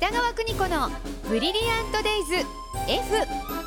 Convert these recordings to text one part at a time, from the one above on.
北川邦子のブリリアントデイズ F。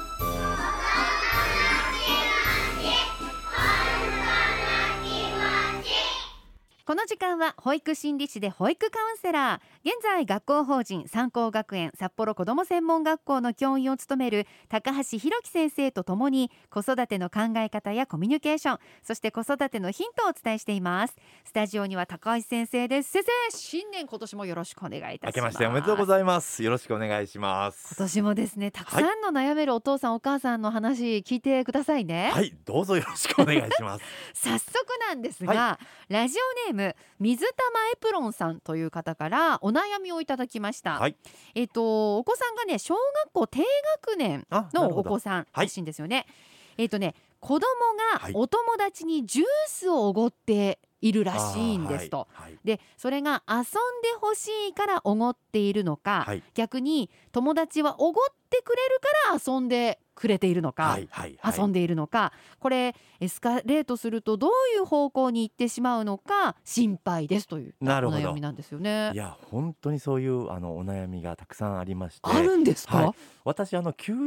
この時間は保育心理士で保育カウンセラー、現在学校法人三光学園札幌子ども専門学校の教員を務める高橋弘樹先生とともに、子育ての考え方やコミュニケーション、そして子育てのヒントをお伝えしています。スタジオには高橋先生です。先生、新年今年もよろしくお願いいたします。 明けましておめでとうございます。よろしくお願いします。 今年もですね、たくさんの悩めるお父さん、お母さんの話聞いてくださいね。 はい、どうぞよろしくお願いします早速なんですが、ラジオネーム水玉エプロンさんという方からお悩みをいただきました。 はい、 お子さんがね、小学校低学年のお子さんらしいんですよね。子供がお友達にジュースをおごっているらしいんですと。で、それが遊んでほしいからおごっているのか、逆に友達はおごってくれるから遊んでくれているのか、遊んでいるのか、これエスカレートするとどういう方向に行ってしまうのか心配ですというお悩みなんですよね。 いや、本当にそういうお悩みがたくさんありまして。 あるんですか？ 私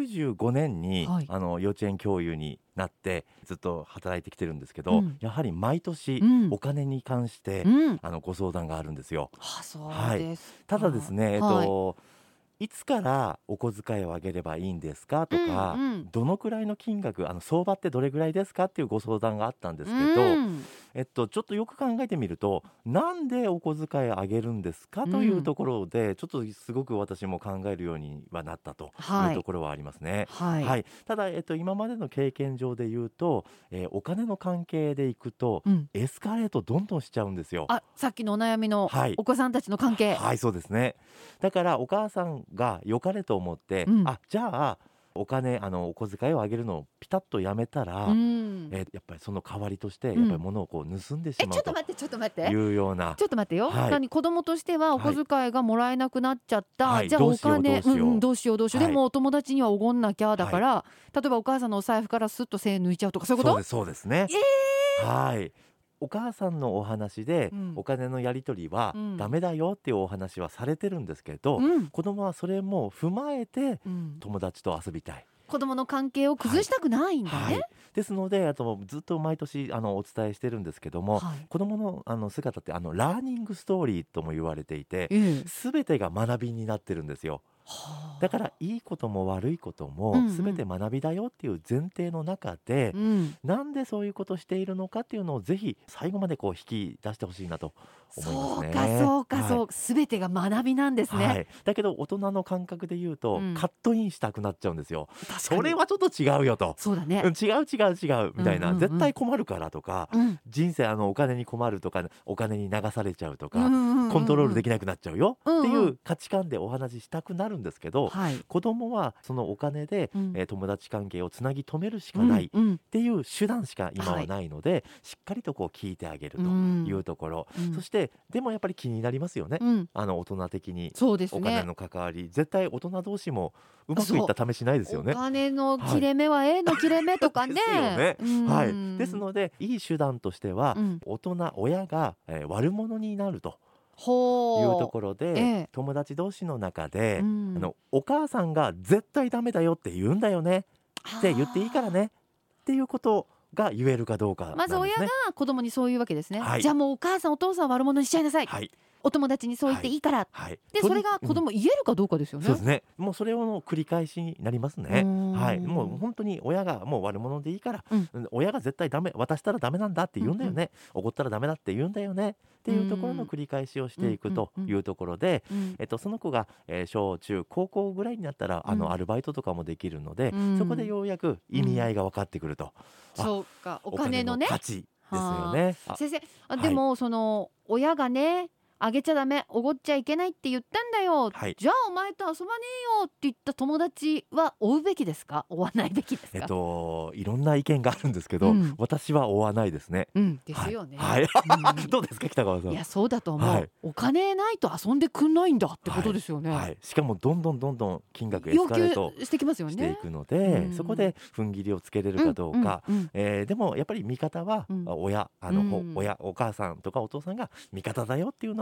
95年に、幼稚園教諭になってずっと働いてきてるんですけど、やはり毎年、お金に関して、ご相談があるんですよ。 そうですか。 ただですね、いつからお小遣いをあげればいいんですかとか、どのくらいの金額、相場ってどれくらいですかっていうご相談があったんですけど、ちょっとよく考えてみると、なんでお小遣いあげるんですかというところで、ちょっとすごく私も考えるようにはなったというところはありますね。ただ、今までの経験上で言うと、お金の関係でいくと、エスカレートどんどんしちゃうんですよ。 さっきのお悩みのお子さんたちの関係。 そうですね。だからお母さんが良かれと思って、じゃあお金お小遣いをあげるのをピタッとやめたら、やっぱりその代わりとしてやっぱり物をこう盗んでしまうというような。 ちょっと待ってよ、子供としてはお小遣いがもらえなくなっちゃった、じゃあお金どうしよう、でもお友達にはおごんなきゃだから、例えばお母さんのお財布からスッと1000円抜いちゃうとか、そういうこと？ そうですね。お母さんのお話で、お金のやり取りはダメだよっていうお話はされてるんですけど、子供はそれも踏まえて、友達と遊びたい。 子供の関係を崩したくないんだね。 ですので、ずっと毎年お伝えしてるんですけども、子供の姿ってラーニングストーリーとも言われていて、全てが学びになってるんですよ。だからいいことも悪いことも全て学びだよっていう前提の中で、なんでそういうことをしているのかっていうのをぜひ最後までこう引き出してほしいなと思いますね。 そうか、全てが学びなんですね。 だけど大人の感覚で言うと、カットインしたくなっちゃうんですよ。それはちょっと違うよと。 そうだね。 違うみたいな、絶対困るからとか、人生お金に困るとか、お金に流されちゃうとか、コントロールできなくなっちゃうよっていう価値観でお話ししたくなるんですけど、子供はそのお金で、友達関係をつなぎ止めるしかないっていう手段しか今はないので、しっかりとこう聞いてあげるというところ、そしてでもやっぱり気になりますよね、大人的にお金の関わり、絶対大人同士もうまくいった試しないですよね。 お金の切れ目は絵の切れ目とかね。 ですのでいい手段としては、親が、悪者になるというところで、友達同士の中で、お母さんが絶対ダメだよって言うんだよねって言っていいからねっていうことが言えるかどうかなんですね。 まず親が子供にそういうわけですね。じゃあもうお母さんお父さん悪者にしちゃいなさい、お友達にそう言っていいから、でそれが子供言えるかどうかですよね。 そうですね。もうそれの繰り返しになりますね。もう本当に親がもう悪者でいいから、親が絶対ダメ、渡したらダメなんだって言うんだよね、おごったらダメだって言うんだよねっていうところの繰り返しをしていくというところで、その子が、小中高校ぐらいになったらアルバイトとかもできるので、そこでようやく意味合いが分かってくると、 そうか、お金のね価値ですよね。 先生、でもその親がね、あげちゃダメ、おごっちゃいけないって言ったんだよ、じゃあお前と遊ばねえよって言った友達は追うべきですか、追わないべきですか？ いろんな意見があるんですけど、私は追わないですね。 ですよね。 どうですか北川さん？ いや、そうだと思う。お金ないと遊んでくんないんだってことですよね。 しかもどんどん金額エスカレートしてきますよね。 していくので、そこで踏ん切りをつけれるかどうか。でもやっぱり味方は親、お母さんとかお父さんが味方だよっていうのは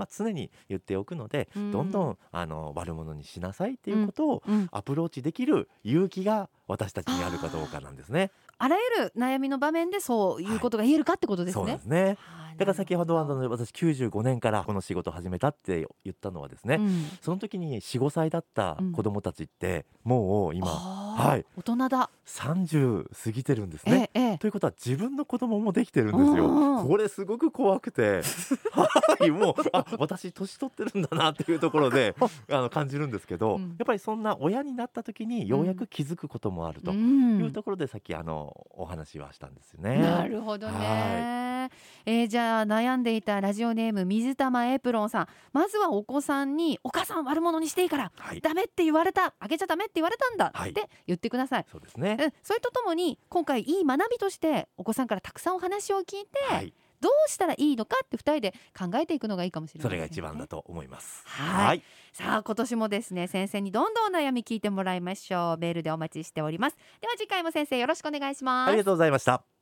は常に言っておくので、どんどん悪者にしなさいっていうことをアプローチできる勇気が私たちにあるかどうかなんですね。 あらゆる悩みの場面でそういうことが言えるかってことですね。 そうですね。だから先ほど私95年からこの仕事を始めたって言ったのはですね、その時に 4,5 歳だった子どもたちってもう今、大人だ 30過ぎてるんですね、ということは自分の子供もできてるんですよ。これすごく怖くてもう私年取ってるんだなっていうところで感じるんですけど、やっぱりそんな親になった時にようやく気づくこともあるというところで、さっきお話はしたんですよね。 なるほどね。じゃあ悩んでいたラジオネーム水玉エプロンさん、まずはお子さんにお母さん悪者にしていいから、ダメって言われた、あげちゃダメって言われたんだって言ってください。 そうですね。 それとともに今回いい学びとしてお子さんからたくさんお話を聞いて、どうしたらいいのかって2人で考えていくのがいいかもしれないですね。 それが一番だと思います。 さあ今年もですね、先生にどんどん悩み聞いてもらいましょう。メールでお待ちしております。では次回も先生よろしくお願いします。 ありがとうございました。